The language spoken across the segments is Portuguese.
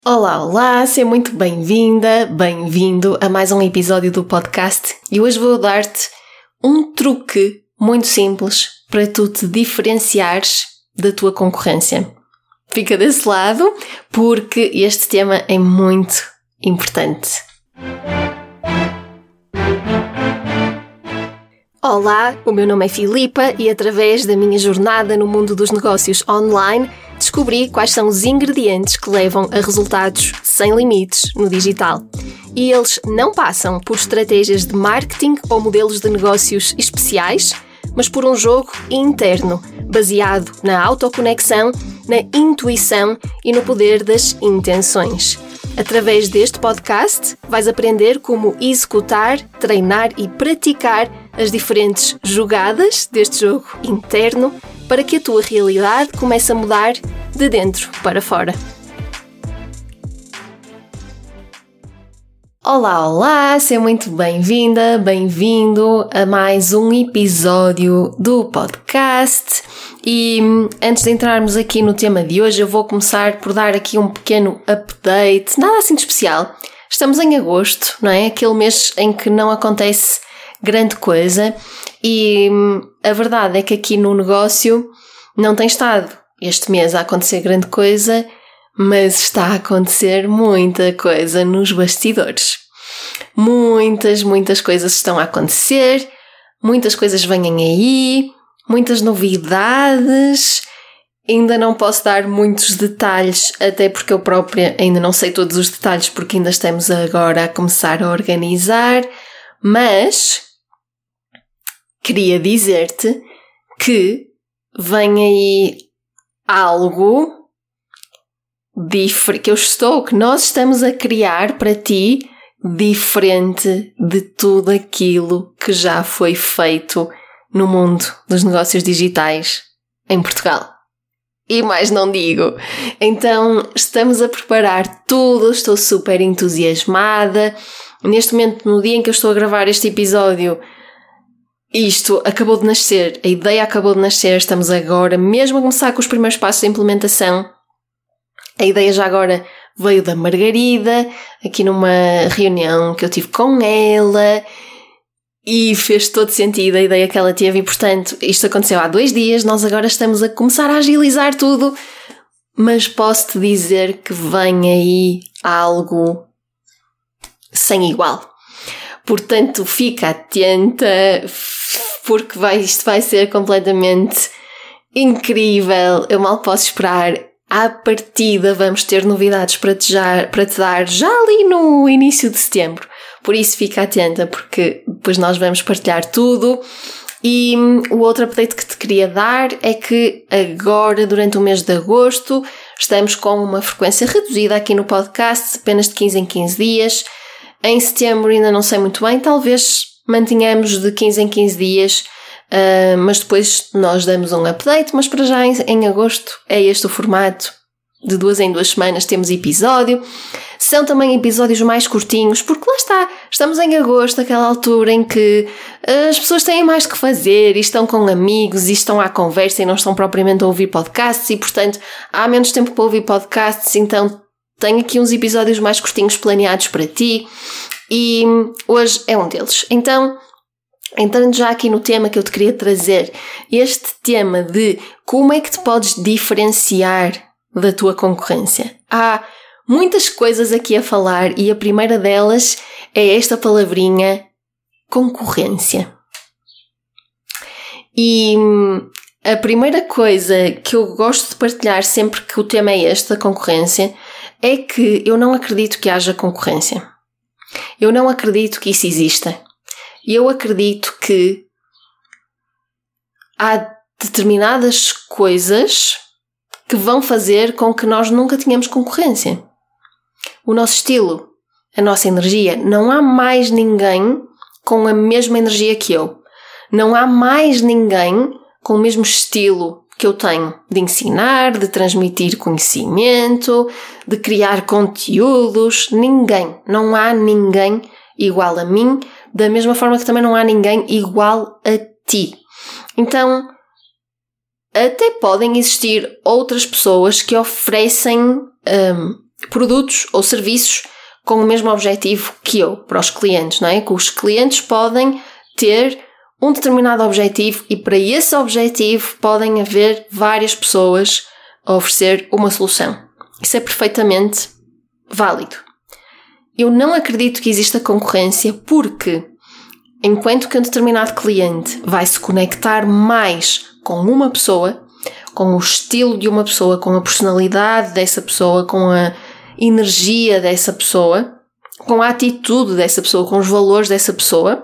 Olá, olá, seja muito bem-vinda, bem-vindo a mais um episódio do podcast e hoje vou dar-te um truque muito simples para tu te diferenciares da tua concorrência. Fica desse lado porque este tema é muito importante. Olá, o meu nome é Filipa e através da minha jornada no mundo dos negócios online descobri quais são os ingredientes que levam a resultados sem limites no digital. E eles não passam por estratégias de marketing ou modelos de negócios especiais, mas por um jogo interno, baseado na autoconexão, na intuição e no poder das intenções. Através deste podcast, vais aprender como executar, treinar e praticar as diferentes jogadas deste jogo interno para que a tua realidade comece a mudar de dentro para fora. Olá, olá! Seja muito bem-vinda, bem-vindo a mais um episódio do podcast. E antes de entrarmos aqui no tema de hoje, eu vou começar por dar aqui um pequeno update, nada assim de especial. Estamos em agosto, não é? Aquele mês em que não acontece grande coisa e a verdade é que aqui no negócio não tem estado este mês a acontecer grande coisa, mas está a acontecer muita coisa nos bastidores. Muitas coisas estão a acontecer, muitas coisas vêm aí, muitas novidades. Ainda não posso dar muitos detalhes, até porque eu própria ainda não sei todos os detalhes, porque ainda estamos agora a começar a organizar, mas queria dizer-te que vem aí algo que nós estamos a criar para ti, diferente de tudo aquilo que já foi feito no mundo dos negócios digitais em Portugal. E mais não digo. Então, estamos a preparar tudo, estou super entusiasmada. Neste momento, no dia em que eu estou a gravar este episódio, isto acabou de nascer, a ideia acabou de nascer, estamos agora mesmo a começar com os primeiros passos de implementação. A ideia já agora veio da Margarida, aqui numa reunião que eu tive com ela, e fez todo sentido a ideia que ela teve e, portanto, isto aconteceu há 2 dias, nós agora estamos a começar a agilizar tudo, mas posso-te dizer que vem aí algo sem igual. Portanto, fica atenta, porque isto vai ser completamente incrível, eu mal posso esperar. À partida vamos ter novidades para te dar já ali no início de setembro. Por isso fica atenta, porque depois nós vamos partilhar tudo. E o outro update que te queria dar é que agora, durante o mês de agosto, estamos com uma frequência reduzida aqui no podcast, apenas de 15 em 15 dias. Em setembro ainda não sei muito bem, talvez mantenhamos de 15 em 15 dias, mas depois nós damos um update, mas para já em agosto é este o formato, de 2 em 2 semanas temos episódio. São também episódios mais curtinhos, porque lá está, estamos em agosto, aquela altura em que as pessoas têm mais que fazer e estão com amigos e estão à conversa e não estão propriamente a ouvir podcasts e, portanto, há menos tempo para ouvir podcasts, então tenho aqui uns episódios mais curtinhos planeados para ti e hoje é um deles. Então, entrando já aqui no tema que eu te queria trazer, este tema de como é que te podes diferenciar da tua concorrência. Há muitas coisas aqui a falar e a primeira delas é esta palavrinha concorrência. E a primeira coisa que eu gosto de partilhar sempre que o tema é este, da concorrência, é que eu não acredito que haja concorrência. Eu não acredito que isso exista. Eu acredito que há determinadas coisas que vão fazer com que nós nunca tenhamos concorrência. O nosso estilo, a nossa energia. Não há mais ninguém com a mesma energia que eu. Não há mais ninguém com o mesmo estilo que eu tenho de ensinar, de transmitir conhecimento, de criar conteúdos. Ninguém. Não há ninguém igual a mim, da mesma forma que também não há ninguém igual a ti. Então, até podem existir outras pessoas que oferecem produtos ou serviços com o mesmo objetivo que eu, para os clientes, não é? Que os clientes podem ter um determinado objetivo e para esse objetivo podem haver várias pessoas a oferecer uma solução. Isso é perfeitamente válido. Eu não acredito que exista concorrência porque, enquanto que um determinado cliente vai se conectar mais com uma pessoa, com o estilo de uma pessoa, com a personalidade dessa pessoa, com a energia dessa pessoa, com a atitude dessa pessoa, com os valores dessa pessoa,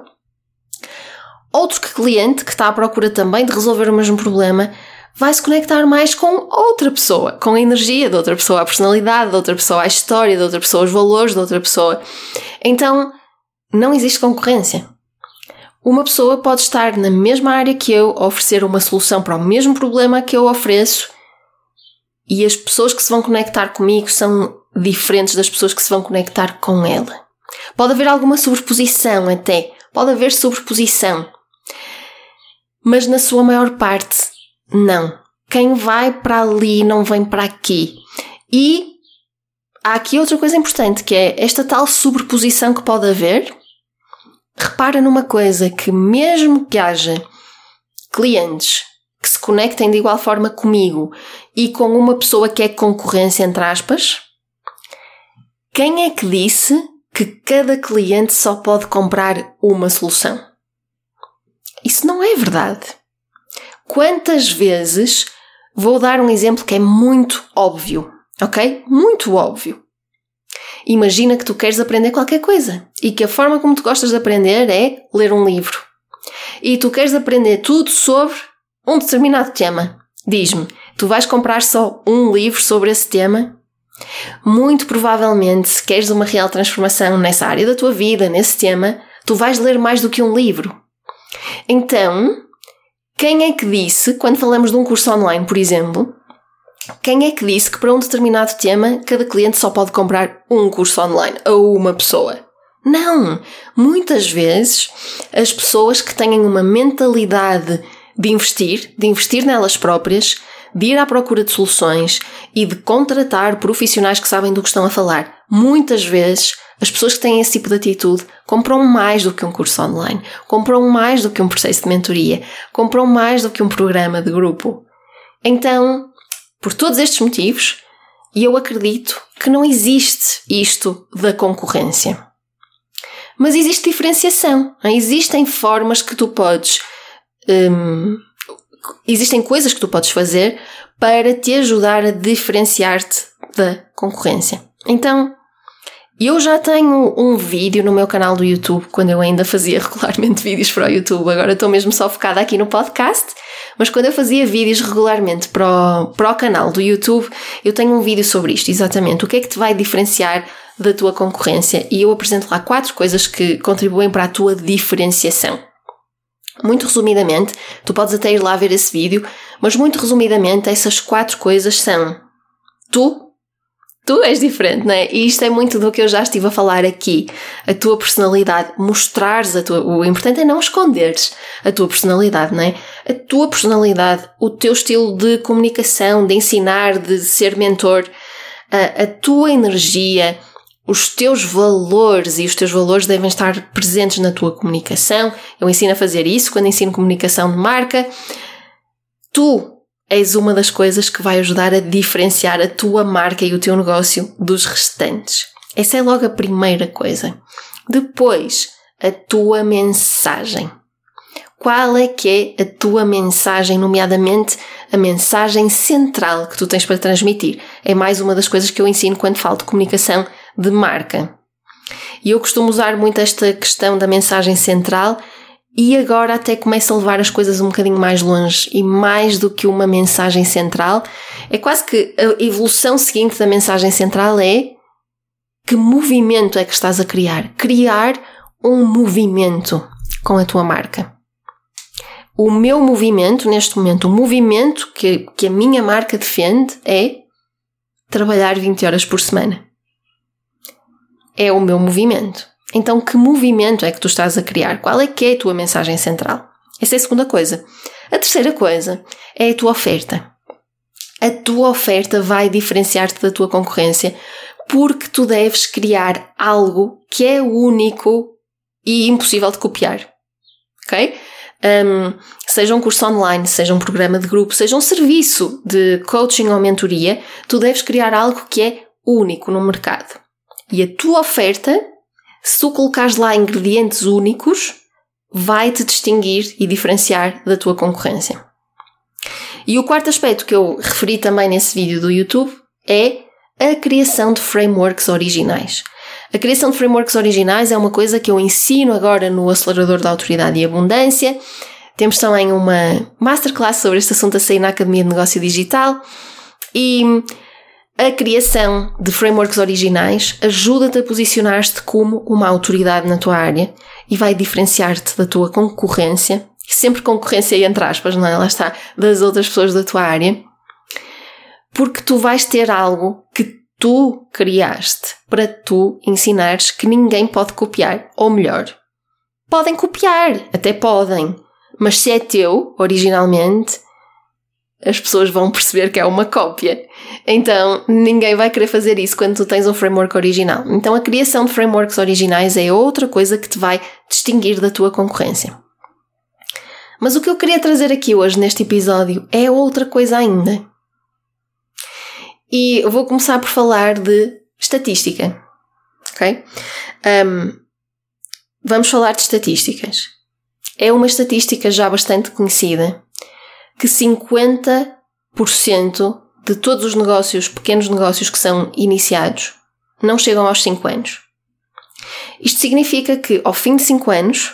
outro cliente que está à procura também de resolver o mesmo problema vai se conectar mais com outra pessoa, com a energia de outra pessoa, a personalidade de outra pessoa, a história de outra pessoa, os valores de outra pessoa. Então, não existe concorrência. Uma pessoa pode estar na mesma área que eu, a oferecer uma solução para o mesmo problema que eu ofereço, e as pessoas que se vão conectar comigo são diferentes das pessoas que se vão conectar com ela. Pode haver alguma sobreposição até, pode haver sobreposição, mas na sua maior parte, não. Quem vai para ali não vem para aqui. E há aqui outra coisa importante, que é esta tal sobreposição que pode haver. Repara numa coisa, que mesmo que haja clientes que se conectem de igual forma comigo e com uma pessoa que é concorrência, entre aspas, quem é que disse que cada cliente só pode comprar uma solução? Isso não é verdade. Quantas vezes, vou dar um exemplo que é muito óbvio, ok? Muito óbvio. Imagina que tu queres aprender qualquer coisa e que a forma como tu gostas de aprender é ler um livro. E tu queres aprender tudo sobre um determinado tema. Diz-me, tu vais comprar só um livro sobre esse tema? Muito provavelmente, se queres uma real transformação nessa área da tua vida, nesse tema, tu vais ler mais do que um livro. Então, quem é que disse, quando falamos de um curso online, por exemplo, quem é que disse que para um determinado tema cada cliente só pode comprar um curso online ou uma pessoa? Não! Muitas vezes as pessoas que têm uma mentalidade de investir nelas próprias, de ir à procura de soluções e de contratar profissionais que sabem do que estão a falar, muitas vezes as pessoas que têm esse tipo de atitude compram mais do que um curso online, compram mais do que um processo de mentoria, compram mais do que um programa de grupo. Então, por todos estes motivos, eu acredito que não existe isto da concorrência. Mas existe diferenciação. Existem formas que tu podes... existem coisas que tu podes fazer para te ajudar a diferenciar-te da concorrência. Então, eu já tenho um vídeo no meu canal do YouTube, quando eu ainda fazia regularmente vídeos para o YouTube. Agora estou mesmo só focada aqui no podcast, mas quando eu fazia vídeos regularmente para o canal do YouTube, eu tenho um vídeo sobre isto, exatamente. O que é que te vai diferenciar da tua concorrência? E eu apresento lá 4 coisas que contribuem para a tua diferenciação. Muito resumidamente, tu podes até ir lá ver esse vídeo, mas muito resumidamente essas 4 coisas são: Tu és diferente, não é? E isto é muito do que eu já estive a falar aqui. A tua personalidade, mostrares a tua... O importante é não esconderes a tua personalidade, não é? A tua personalidade, o teu estilo de comunicação, de ensinar, de ser mentor, a tua energia, os teus valores, e os teus valores devem estar presentes na tua comunicação. Eu ensino a fazer isso quando ensino comunicação de marca. Tu és uma das coisas que vai ajudar a diferenciar a tua marca e o teu negócio dos restantes. Essa é logo a primeira coisa. Depois, a tua mensagem. Qual é que é a tua mensagem, nomeadamente a mensagem central que tu tens para transmitir? É mais uma das coisas que eu ensino quando falo de comunicação de marca. E eu costumo usar muito esta questão da mensagem central. E agora até começo a levar as coisas um bocadinho mais longe, e mais do que uma mensagem central, é quase que a evolução seguinte da mensagem central é: que movimento é que estás a criar? Criar um movimento com a tua marca. O meu movimento, neste momento, o movimento que a minha marca defende é trabalhar 20 horas por semana. É o meu movimento. Então, que movimento é que tu estás a criar? Qual é que é a tua mensagem central? Essa é a segunda coisa. A terceira coisa é a tua oferta. A tua oferta vai diferenciar-te da tua concorrência, Porque tu deves criar algo que é único e impossível de copiar. Ok? Seja um curso online, seja um programa de grupo, seja um serviço de coaching ou mentoria, tu deves criar algo que é único no mercado. E a tua oferta, se tu colocares lá ingredientes únicos, vai te distinguir e diferenciar da tua concorrência. E o quarto aspecto que eu referi também nesse vídeo do YouTube é a criação de frameworks originais. A criação de frameworks originais é uma coisa que eu ensino agora no Acelerador da Autoridade e Abundância. Temos também uma masterclass sobre este assunto a sair na Academia de Negócio Digital. E a criação de frameworks originais ajuda-te a posicionar-te como uma autoridade na tua área e vai diferenciar-te da tua concorrência. Sempre concorrência entre aspas, não é? Lá está, das outras pessoas da tua área. Porque tu vais ter algo que tu criaste para tu ensinares que ninguém pode copiar. Ou melhor, podem copiar, até podem. Mas se é teu, originalmente, as pessoas vão perceber que é uma cópia. Então, ninguém vai querer fazer isso quando tu tens um framework original. Então, a criação de frameworks originais é outra coisa que te vai distinguir da tua concorrência. Mas o que eu queria trazer aqui hoje neste episódio é outra coisa ainda. E eu vou começar por falar de estatística. Ok? Vamos falar de estatísticas. É uma estatística já bastante conhecida que 50% de todos os negócios, pequenos negócios que são iniciados, não chegam aos 5 anos. Isto significa que, ao fim de 5 anos,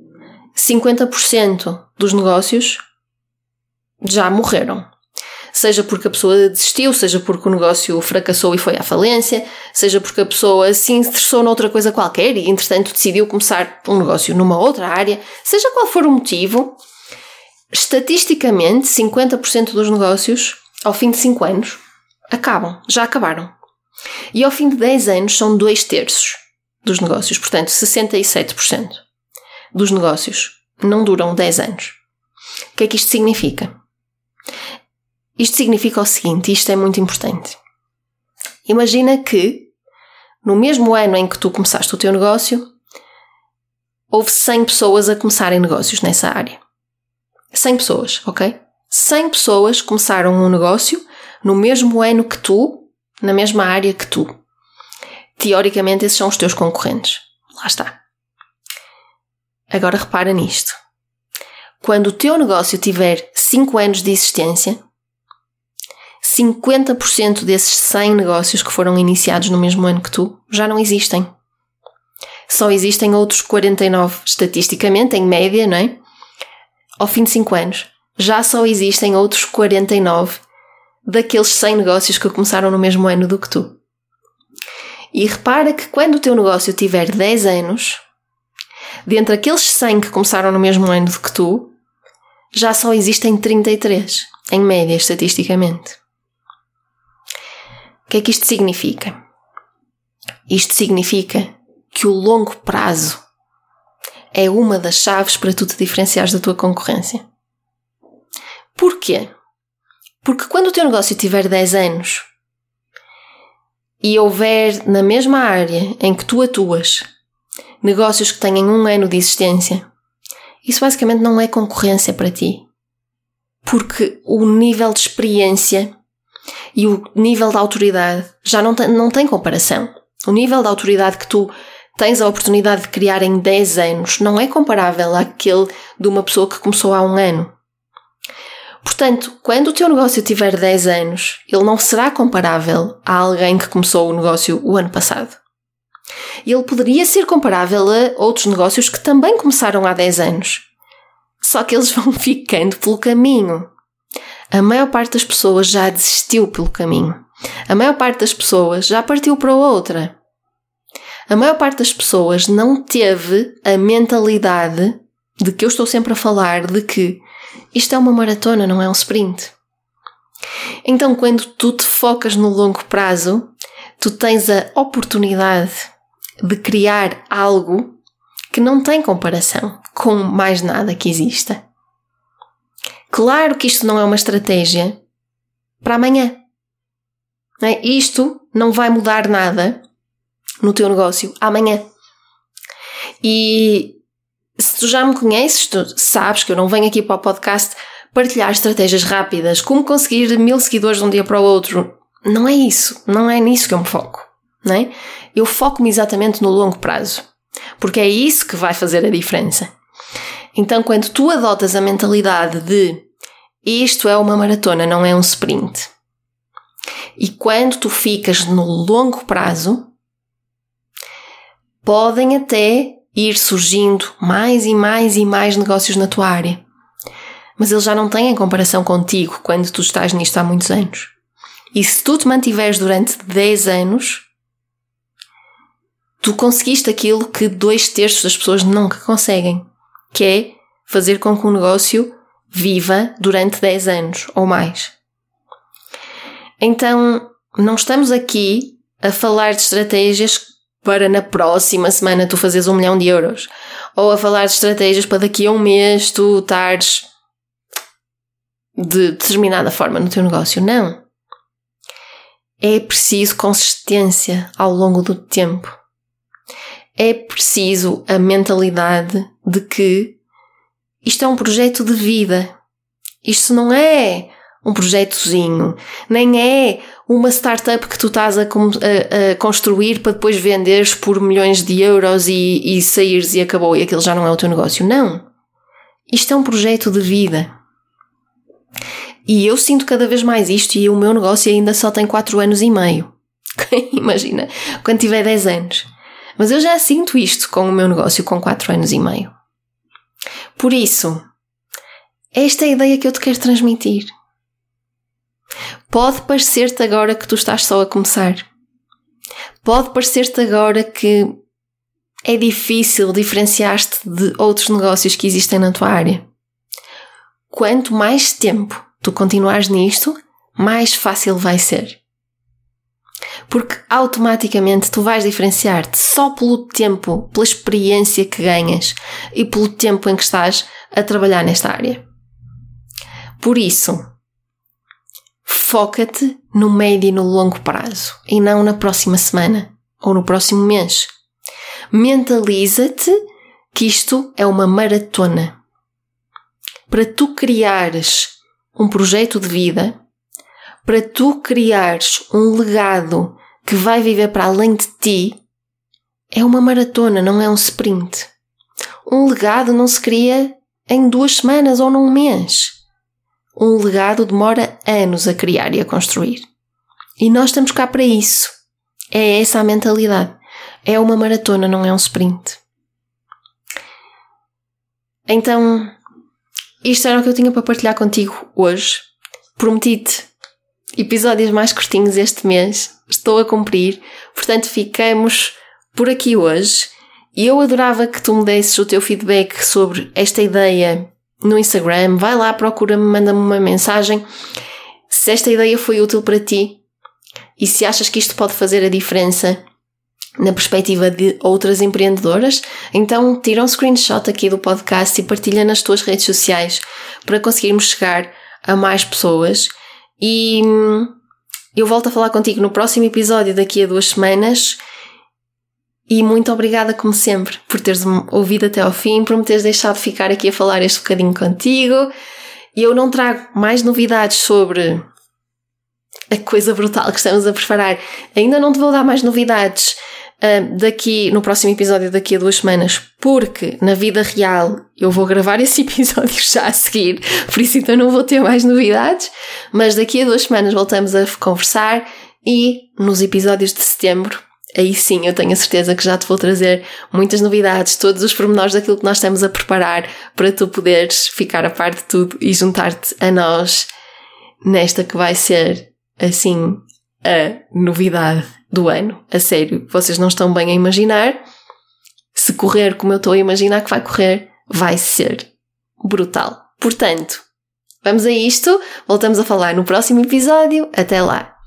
50% dos negócios já morreram. Seja porque a pessoa desistiu, seja porque o negócio fracassou e foi à falência, seja porque a pessoa se interessou noutra coisa qualquer e, entretanto, decidiu começar um negócio numa outra área, seja qual for o motivo, estatisticamente, 50% dos negócios, ao fim de 5 anos, já acabaram. E ao fim de 10 anos são 2/3 dos negócios, portanto, 67% dos negócios não duram 10 anos. O que é que isto significa? Isto significa o seguinte, isto é muito importante. Imagina que, no mesmo ano em que tu começaste o teu negócio, houve 100 pessoas a começarem negócios nessa área. 100 pessoas, ok? 100 pessoas começaram um negócio no mesmo ano que tu, na mesma área que tu. Teoricamente, esses são os teus concorrentes. Lá está. Agora repara nisto. Quando o teu negócio tiver 5 anos de existência, 50% desses 100 negócios que foram iniciados no mesmo ano que tu já não existem. Só existem outros 49, estatisticamente, em média, não é? Ao fim de 5 anos, já só existem outros 49 daqueles 100 negócios que começaram no mesmo ano do que tu. E repara que quando o teu negócio tiver 10 anos, dentre aqueles 100 que começaram no mesmo ano do que tu, já só existem 33, em média, estatisticamente. O que é que isto significa? Isto significa que o longo prazo é uma das chaves para tu te diferenciares da tua concorrência. Porquê? Porque quando o teu negócio tiver 10 anos e houver na mesma área em que tu atuas negócios que tenham 1 ano de existência, isso basicamente não é concorrência para ti. Porque o nível de experiência e o nível de autoridade já não tem comparação. O nível de autoridade que tu tens a oportunidade de criar em 10 anos não é comparável àquele de uma pessoa que começou há 1 ano. Portanto, quando o teu negócio tiver 10 anos, ele não será comparável a alguém que começou o negócio o ano passado. Ele poderia ser comparável a outros negócios que também começaram há 10 anos. Só que eles vão ficando pelo caminho. A maior parte das pessoas já desistiu pelo caminho. A maior parte das pessoas já partiu para outra. A maior parte das pessoas não teve a mentalidade de que eu estou sempre a falar de que isto é uma maratona, não é um sprint. Então, quando tu te focas no longo prazo, tu tens a oportunidade de criar algo que não tem comparação com mais nada que exista. Claro que isto não é uma estratégia para amanhã. Não é? Isto não vai mudar nada no teu negócio amanhã. E se tu já me conheces, tu sabes que eu não venho aqui para o podcast partilhar estratégias rápidas, como conseguir 1000 seguidores de um dia para o outro. Não é isso, não é nisso que eu me foco, não é? Eu foco-me exatamente no longo prazo, porque é isso que vai fazer a diferença. Então, quando tu adotas a mentalidade de isto é uma maratona, não é um sprint, e quando tu ficas no longo prazo, podem até ir surgindo mais e mais e mais negócios na tua área. Mas eles já não têm comparação contigo quando tu estás nisto há muitos anos. E se tu te mantiveres durante 10 anos, tu conseguiste aquilo que 2/3 das pessoas nunca conseguem, que é fazer com que um negócio viva durante 10 anos ou mais. Então, não estamos aqui a falar de estratégias para na próxima semana tu fazeres 1 milhão de euros. Ou a falar de estratégias para daqui a um mês tu estares de determinada forma no teu negócio. Não. É preciso consistência ao longo do tempo. É preciso a mentalidade de que isto é um projeto de vida. Isto não é um projetozinho, nem é uma startup que tu estás a construir para depois venderes por milhões de euros e saíres e acabou e aquilo já não é o teu negócio. Não. Isto é um projeto de vida. E eu sinto cada vez mais isto e o meu negócio ainda só tem 4 anos e meio. Imagina, quando tiver 10 anos. Mas eu já sinto isto com o meu negócio com 4 anos e meio. Por isso, esta é a ideia que eu te quero transmitir. Pode parecer-te agora que tu estás só a começar. Pode parecer-te agora que é difícil diferenciar-te de outros negócios que existem na tua área. Quanto mais tempo tu continuares nisto, mais fácil vai ser. Porque automaticamente tu vais diferenciar-te só pelo tempo, pela experiência que ganhas e pelo tempo em que estás a trabalhar nesta área. Por isso, foca-te no médio e no longo prazo e não na próxima semana ou no próximo mês. Mentaliza-te que isto é uma maratona. Para tu criares um projeto de vida, para tu criares um legado que vai viver para além de ti, é uma maratona, não é um sprint. Um legado não se cria em 2 semanas ou num mês. Um legado demora anos a criar e a construir. E nós estamos cá para isso. É essa a mentalidade. É uma maratona, não é um sprint. Então, isto era o que eu tinha para partilhar contigo hoje. Prometi-te episódios mais curtinhos este mês. Estou a cumprir. Portanto, ficamos por aqui hoje. E eu adorava que tu me desses o teu feedback sobre esta ideia no Instagram. Vai lá, procura-me, manda-me uma mensagem se esta ideia foi útil para ti e se achas que isto pode fazer a diferença na perspectiva de outras empreendedoras. Então tira um screenshot aqui do podcast e partilha nas tuas redes sociais para conseguirmos chegar a mais pessoas. E eu volto a falar contigo no próximo episódio daqui a 2 semanas. E muito obrigada, como sempre, por teres ouvido até ao fim, por me teres deixado ficar aqui a falar este bocadinho contigo. E eu não trago mais novidades sobre a coisa brutal que estamos a preparar. Ainda não te vou dar mais novidades daqui no próximo episódio daqui a 2 semanas, porque na vida real eu vou gravar esse episódio já a seguir, por isso então não vou ter mais novidades. Mas daqui a 2 semanas voltamos a conversar e nos episódios de setembro, aí sim, eu tenho a certeza que já te vou trazer muitas novidades, todos os pormenores daquilo que nós estamos a preparar para tu poderes ficar a par de tudo e juntar-te a nós nesta que vai ser, assim, a novidade do ano. A sério, vocês não estão bem a imaginar. Se correr como eu estou a imaginar que vai correr, vai ser brutal. Portanto, vamos a isto. Voltamos a falar no próximo episódio. Até lá!